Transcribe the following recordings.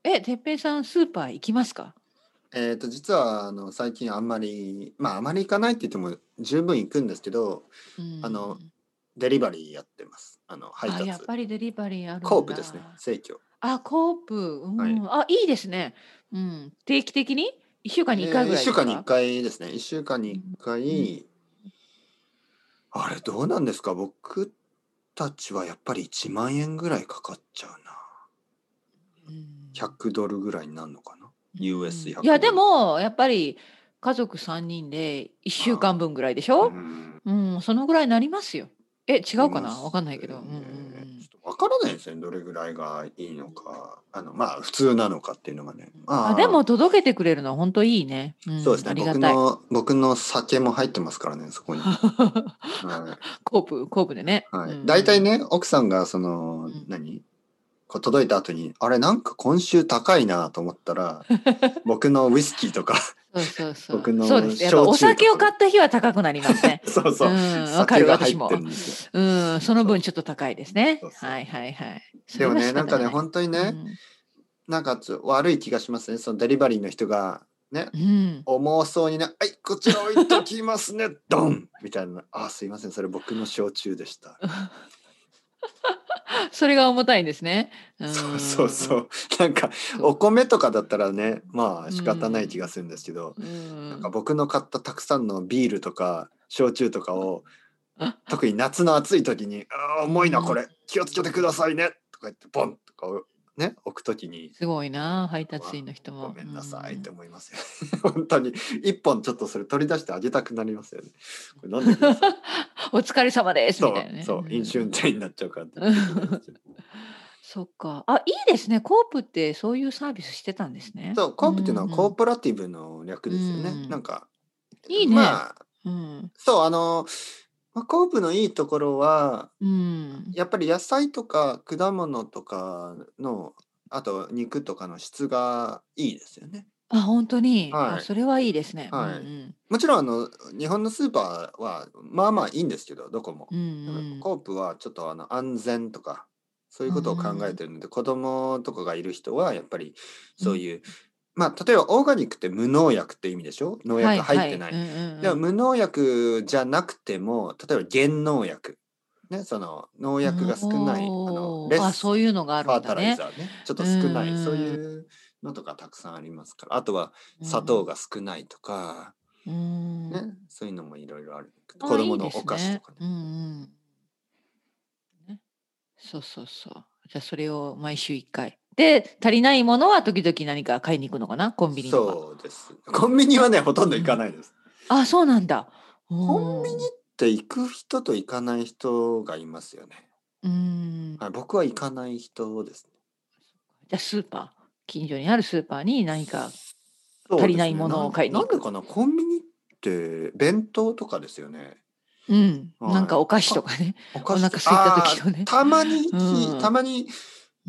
てっぺいさんスーパー行きますか？ 実は最近あまり行かないって言っても十分行くんですけど、 うあのん。 デリバリーやってます。配やっ達。 ぱりデリバリーあるんコープですね。 だ。 生協。 コープ。 はい。 いいですね。うん。定期的に1週間に1回ぐ 1週間に1 らいですか？ 回ですね。1週間に1 うん。うん。 回、あれどうなんですか？僕たちはやっぱり1万円ぐらいかかっちゃうな。 うん 100ドルぐらいになるのかな？ いや、 US100 ドでル。 も、やっぱり家族3人で1週間あ分ぐらいでしうょ？ ん。 うん、そのぐらいになりますよ。違いうかな？わかますんないけど。うんうんうね。 ん。 ちょっとわからないですね。どれぐらいがいいのか。普通なのかっていうのがね。 でも届けてくれるのは本当いいね。うん、 そうですね。 ありがたい。 僕の酒も入ってますからね、そこに。はい。 コープでね。 はい。 うんうん。 大体ね、奥さんが、 うん。 こう届いた後に、あれ、なんか今週高いなと思ったら、僕のウイスキーとか、 そうそうそう。 僕そうです。やっぱの焼お酒を酎とかが、 買った日は高くなりますね。 そうそう、 うん、わかる、 酒が入っ私も。 てるんですよ。 うん、そのそう、 分ちょっと高いですね。 そうそはいはいはい。 う。でもね、 それは仕方がない。 本当にね、 うん。 悪い気がしますね。そのデリバリーの人が、ね、 うん。 重そうにね、はい、こちら置いときますね、ドンみたいな。あ、すいません、それ僕の焼酎でした。 それが重たいんですね。うそうそうーん。 そう。なんか、おそう。 米とかだったらね、まあう仕方ない気がん。 するんですけど、 うん。 僕の買ったたくさんのビールとか、焼酎とかを、特に夏の暑い時に、あー重いな、こうん。 れ、気をつけてくださいね、とか言って、ボンとかをね、置くときに、 すごいな、配達わ員の人も。 ごめうんなさいってん。 思いますよ。本当に、一本ちょっとそれ取り出してあげたくなりますよね。これ飲んでください。 お疲れ様ですみたいなね。 そう、飲酒運転になっちゃうからって言うん。 ってくれますけど。 そっか。いいですね。コープってそういうサービスしてたんですね。 そう、 うコープっていうのはコーん。 ポラティブの略うですよね。 ん。いいね。 まあ、 うん。 そう、コープのいいところは、 うん。 やっぱり野菜とか果物とかの、あと肉とかの質がいいですよね。 本当に。 はい。 それはいいですね。うんうはい。 ん。 もちろん日本のスーパーは、まあまあいいんですけど、どこも。 うんでもやっぱうん。 コープはちょっと安全とか、そういううんことを考うん。 えてるので、子供とかがいる人は、やっぱりうん。 そういう、例えばオーガニックって無農薬って意味でしょ？農は薬いはい。 入ってない。 うんうんでもうん。 無農薬じゃなくても、例えば減農薬。ね、その農薬が少ない、 そういうのがあファータライるんだね。 ザーね、ちょっうんと少ない、そううん。 いうのとかたくさんありますから。あとはうん。 砂糖が少ないとか、 うん。 ね、そういうのもいろいろある。子いいで供のおすね。 菓子とかね。 うんうん。ね。そうそうそう。じゃあそれを毎週1回。で、足りないものは時々何か買いに行くのかな？コンビニとか。 そうです。コンビニはね、ほとんど行かうん。 ないです。 そうなんだ。うコンビん。 ニって行く人と行かない人がいますよね。 うん。 はい、僕は行かない人ですね。 じゃあ近所にあるスーパーに何か足りそうですね。 ないものを買いに行く。 なんでかな、コンビニって弁当とかですよね。 うん。なんはい。 かお菓子とかね。 おお菓子と、 腹空いた時とね。うん。 たまに、 うん。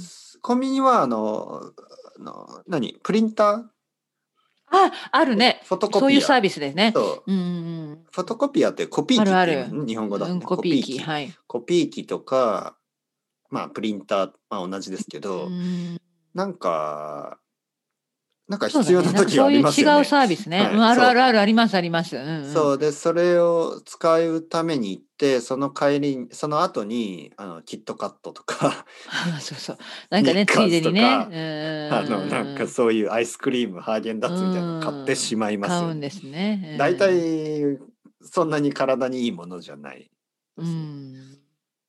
コンビニはプリンターあるね。 フォトコそういうサーピア。 ビスですね。 そう。 うんうんうん。 フォトコピアってコピーあ機っるある。 て言いますね。日本語だうん、 とね。 コピー機、はい。 コピー機とか、プリンター、同じですけうど、 ん。 なんか、必そうだね。なんか要な時はありそういう違うますよね。 サービスね。うん、 はい。 あるそう。 あるあるありますあります。うんうん。 そうで、それを使うために行って、その後に、キットカットとか、 そうそう。なんかね、ついニッカーズでにね。 とか、そういうアイスクリーム、ハーゲンダッツみたいなの買ってしまいますよね。 買うんですね。 大体、そんなに体にいいものじゃないうですね。 ん。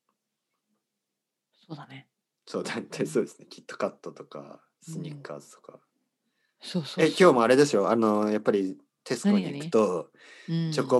そうだね。 そう、大うん。 体そうですね。キットカットとか、スニッうん。 カーズとか。 そうそう今日もそう。 あれですよ。やっぱりテスコに行く何々 と、 うん。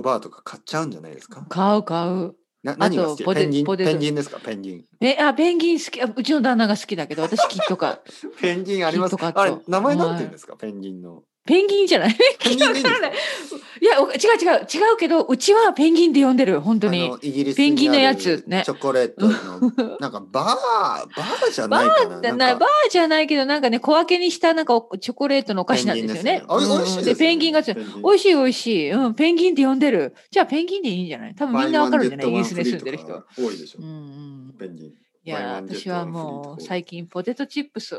チョコバーとか買っちゃうんじゃないですか？ 買う買う。あと、 何が好き？ペンポテト。 ギンですか？ペンギン。 ペンギン好き。うちの旦那が好きだけど、私ペンギンあります。 キットカッあれ、 ト。 名前なんて言うんですか？ペンギンの。 ペンギンじゃない？ ペンギンわからない。 でいいんですか？ いや、違うけど、うちはペンギンで呼んでる、本当に。 イギリスにペンギンのやあるつね。 チョコレーうん。 トの、バーじゃないかな。 バーじゃないけど、なんかね、小分けにしたなんかチョコレートのお菓ペン子なんギンですよね。 ですよね。 おいしいで、 ですよね。 ペンギンがペンギン。 美味しい美味しい。うん、ペンギンって呼んでる。じゃあペンギンでいいんじゃない？多分みんバイワンなわかるんじゃない？ ゲットワンイギリスにフリーとか住んでる人は。 多いでしょ。 うんうん。 ペンギン。 いや、 バイワンゲッ私はトワンフリーともうか多いです。 最近ポテトチップスを買っ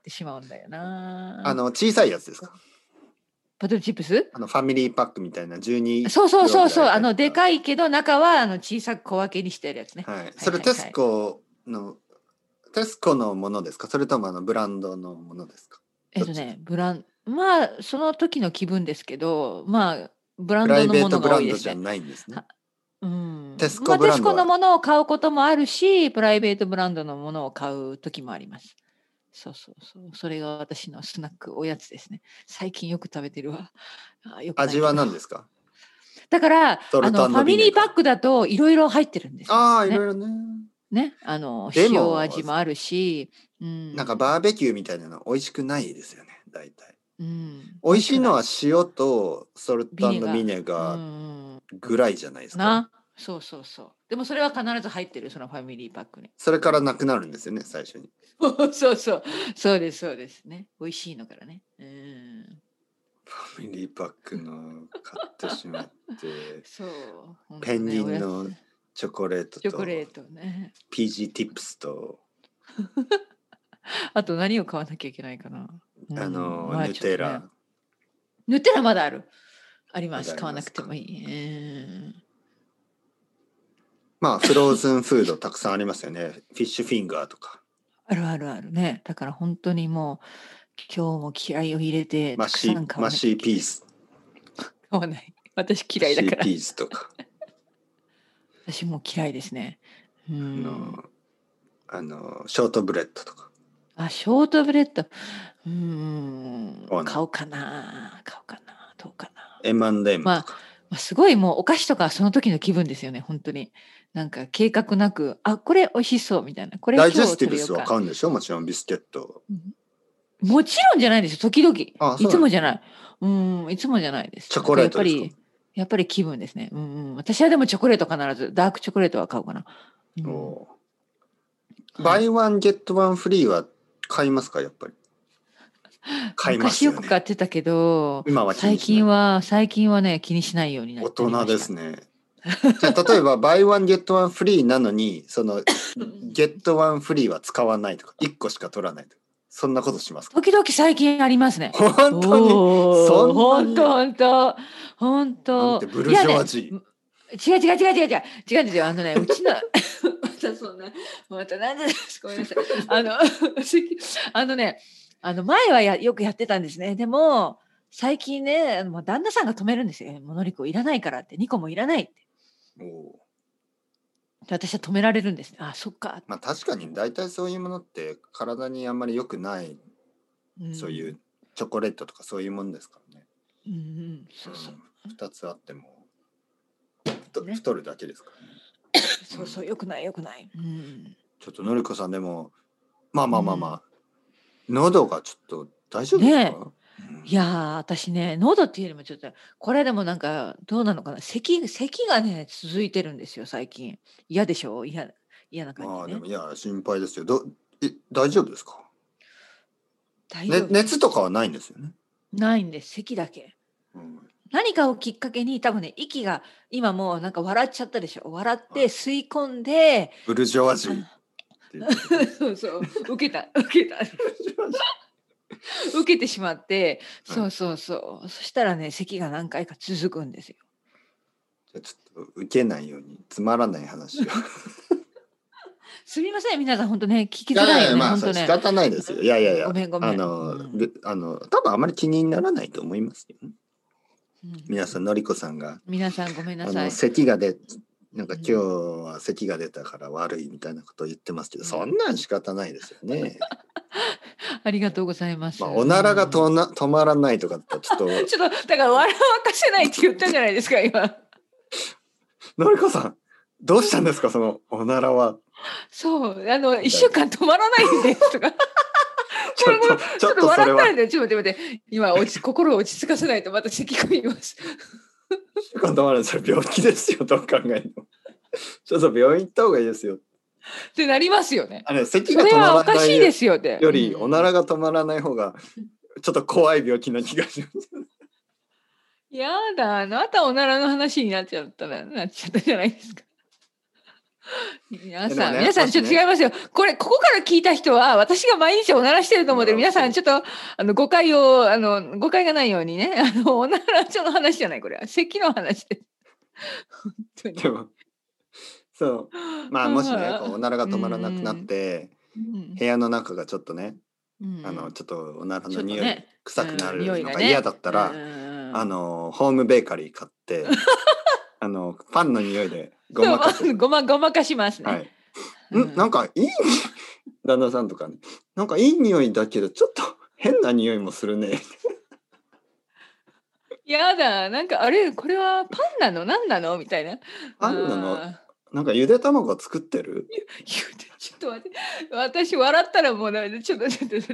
ってしまうんだよな。 小さいやつですか？ ポテトチップス？ ファミリーパックみたいな12 そうそうそうそう、でかい。 いけど中は小さく小分けにしてるやつね。 はい。それテスコのものですか？それともブランドのものですか？ まあその時の気分ですけど、まあブランドプライベーのものがトブランド多いですね。 じゃないんですね。 テステスコブランドは、 のものを買うこともあるし、プライベートブランドのものを買う時もあります。そうそうそう。それが私のスナックおやつですね。最近よく食べてるわ。よくないけど。 味は何ですか？ だからソルトファミリーパックだといろいろ入ってるんですよ。 ああ、いね。 ろいろね。 ね。 でも塩味もあるし、 なんかバーベキューみたいなの美味しくないですよね、大体。美味しいのは美塩とソルトビネ味しくガないーぐらいじゃないですか。 な。そうそうそう。でもそれは必ず入ってる、そのファミリーパックに。 それからなくなるんですよね、最初に。 そうそう。そうです、そうですね。美味しいのからね。 ファミリーパックの買ってしまって、 そう。 ペンギンおやのつチョコレートチョコレーとトね。 PG ティップスとあと何を買わなきゃいけないかな。まあヌちょっとねテラ。 ヌテラまだある。あります。 まだあり買わますか。 なくてもいい。 まあフローズンフードたくさんありますよね。フィッシュフィンガーとかあるあるあるね。だから本当にもう今日も気合を入れてたくさん買マシわなきゃいけない。 ーピース、 買わない。私マ嫌いだから。 シーピースとか私もう嫌いですね。 ショートブレッドとか。 ショートブレッド。買おうかな。どうかな。 M&M とか。 すごいもうお菓子とかその時の気分ですよね、本当に。なんか計画なく、これ美味しそうみたいな。これダ今日イジェスティブ食べようか。 スは買うんでしょ？もちろんビスケット。 もちろんじゃないですよ、時々。いつもじゃない。いつもじゃないです。 チョコレートですか？ やっぱり気分ですね。私はでもチョコレート必ず、ダークチョコレートは買うかな。 バイワンゲットワンフリーは買いますか？やっぱり。買いますよね。 昔よく買ってたけど、 今は気にしない。 最近はね、気にしないようになりました。 大人ですね。じゃあ例えばバイワンゲットワンフリーなのにそのゲットワンフリーは使わないとか1個しか取らないとかそんなことしますか？ 時々最近ありますね。 本当にそんなに本当なんてブルジョワジー。 違うんですよ。うちのまたそんなまたなんでですごめんなさい。前はよくやってたんですね。でも最近ね、旦那さんが止めるんですよ。ものりこいらないからって、2個もいらないって。私は止められるんですね。そっか。 まあ確かに大体そういうものって体にあんまり良くない、そういうチョコレートとかそういうもんですからね。 そうそう。 2つあっても太るだけですからね。 そう良くない。 ちょっとのりこさんでもまあ喉がちょっと大丈夫ですか？ いやー、私ね、喉っていうよりもちょっと、これでもなんか、どうなのかな、咳がね、続いてるんですよ、最近。嫌でしょ？嫌な感じね。 でも心配ですよ。大丈夫ですか？ 大丈夫。 熱とかはないんですよね。 ないんです、咳だけ。何かをきっかけに、多分ね、息が、今もうなんか笑っちゃったでしょ。笑って吸い込んで、 ブルジョワジーっていうことそう、受けた。受けてしまって、そう。そしたらね、咳が何回か続くんですよ。 じゃあちょっと受けないようにつまらない話を。 すみません、皆さん、本当ね、聞きづらいよね、本当ね。 仕方ないですよ。 ごめん。 多分あまり気にならないと思いますよ。皆さん、のりこさんが。 皆さん、ごめんなさい。 なんか今日は咳が出たから悪いみたいなことを言ってますけど、そんなん仕方ないですよね。 ありがとうございます。 おならが止まらないとかってちょっとだから笑わかせないって言ったじゃないですか今。 のりこさんどうしたんですかそのおならは。 そう1週間止まらないんですとか。ちょっと笑ったんでちょっと待って今心を落ち着かせないとまた咳込みます。 1週間止まらない、それ病気ですよどう考えても。ちょっと病院行った方がいいですよってなりますよね。 咳が止まらないおかしいですよってよりおならが止まらない方がちょっと怖い病気な気がします。 やだ、あなたおならの話になっちゃったじゃないですか。 でもね皆さんちょっともしね違いますよ。ここから聞いた人は、私が毎日おならしてると思ってる。皆さんちょっと、誤解がないようにね。おならの話じゃない、これは。咳の話です。本当に。 でもそうまあもしねこうおならが止まらなくなっうんて、 うん部屋の中がちょっとねうんちょっとおならの匂い、 ちょっとね臭くなる匂いがねのが嫌だったら、ホームベーカリー買ってパンの匂いでごまかす。 ごまかしますね。 はい。 うんなんかいい旦那さんとかね、なんかいい匂いだけどちょっと変な匂いもするね。 やだ、なんかあれこれはパンなの何なのみたいな。 パンなのあなんかゆで卵作ってる？ ちょっと待って、私笑ったらもうダメだ。ちょっと。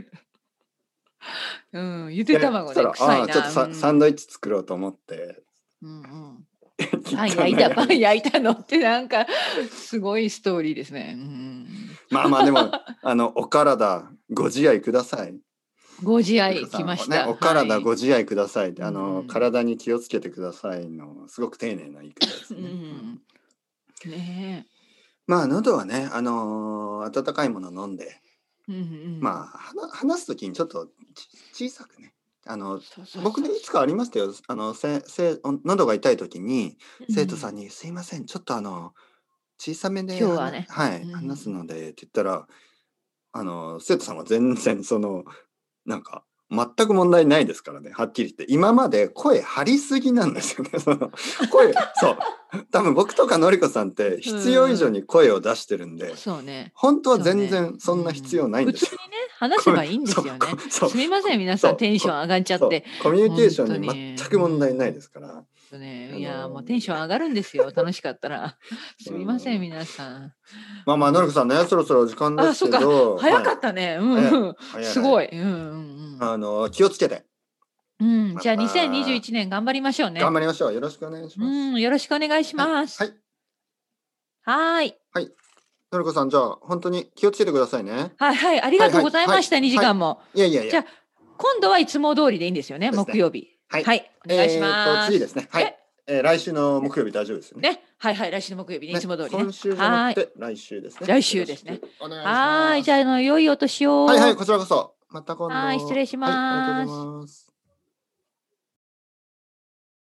ゆで卵ね、 そしたら臭いな。 ちょっとサンドイッチ作ろうと思ってパン焼いたのってなんかすごいストーリーですね。 まあでもお体ご自愛ください。 ご自愛きました。 お体ご自愛ください。体に気をつけてくださいのすごく丁寧な言い方ですね。 ねえ。 まあ喉はね温かいもの飲んで、まあ話すときにちょっと小さくね。僕ねいつかありましたよ。喉が痛いときに生徒さんにすいませんちょっと小さめで今日はね話すのでって言ったら生徒さんは全然なんか全く問題ないですからね。はっきり言って今まで声張りすぎなんですよね。声そう多分僕とかのりこさんって必要以上に声を出してるんで、 そうね。 本当は全然そんな必要ないんですよ。 普通にね話せばいいんですよね。すみません皆さんテンション上がっちゃって。 コミュニケーションに全く問題ないですから。 いやもうテンション上がるんですよ。楽しかったら。すみません皆さん。 のりこさんねそろそろ時間ですけど。 早かったね。すごい。 気をつけて。 じゃあ2021年頑張りましょうね。 頑張りましょう。よろしくお願いします。 よろしくお願いします。はい。 のりこさんじゃあ本当に気をつけてくださいね。 はいありがとうございました。2時間も。 いや。 じゃあ今度はいつも通りでいいんですよね。木曜日。はいお願いします。 次ですね。来週の木曜日大丈夫ですよね。 はい来週の木曜日ねいつも通りね。 今週じゃなくて来週ですね。 来週ですね。 お願いします。 じゃあ良いお年を。 こちらこそまた今度。 失礼します。 ありがとうございます。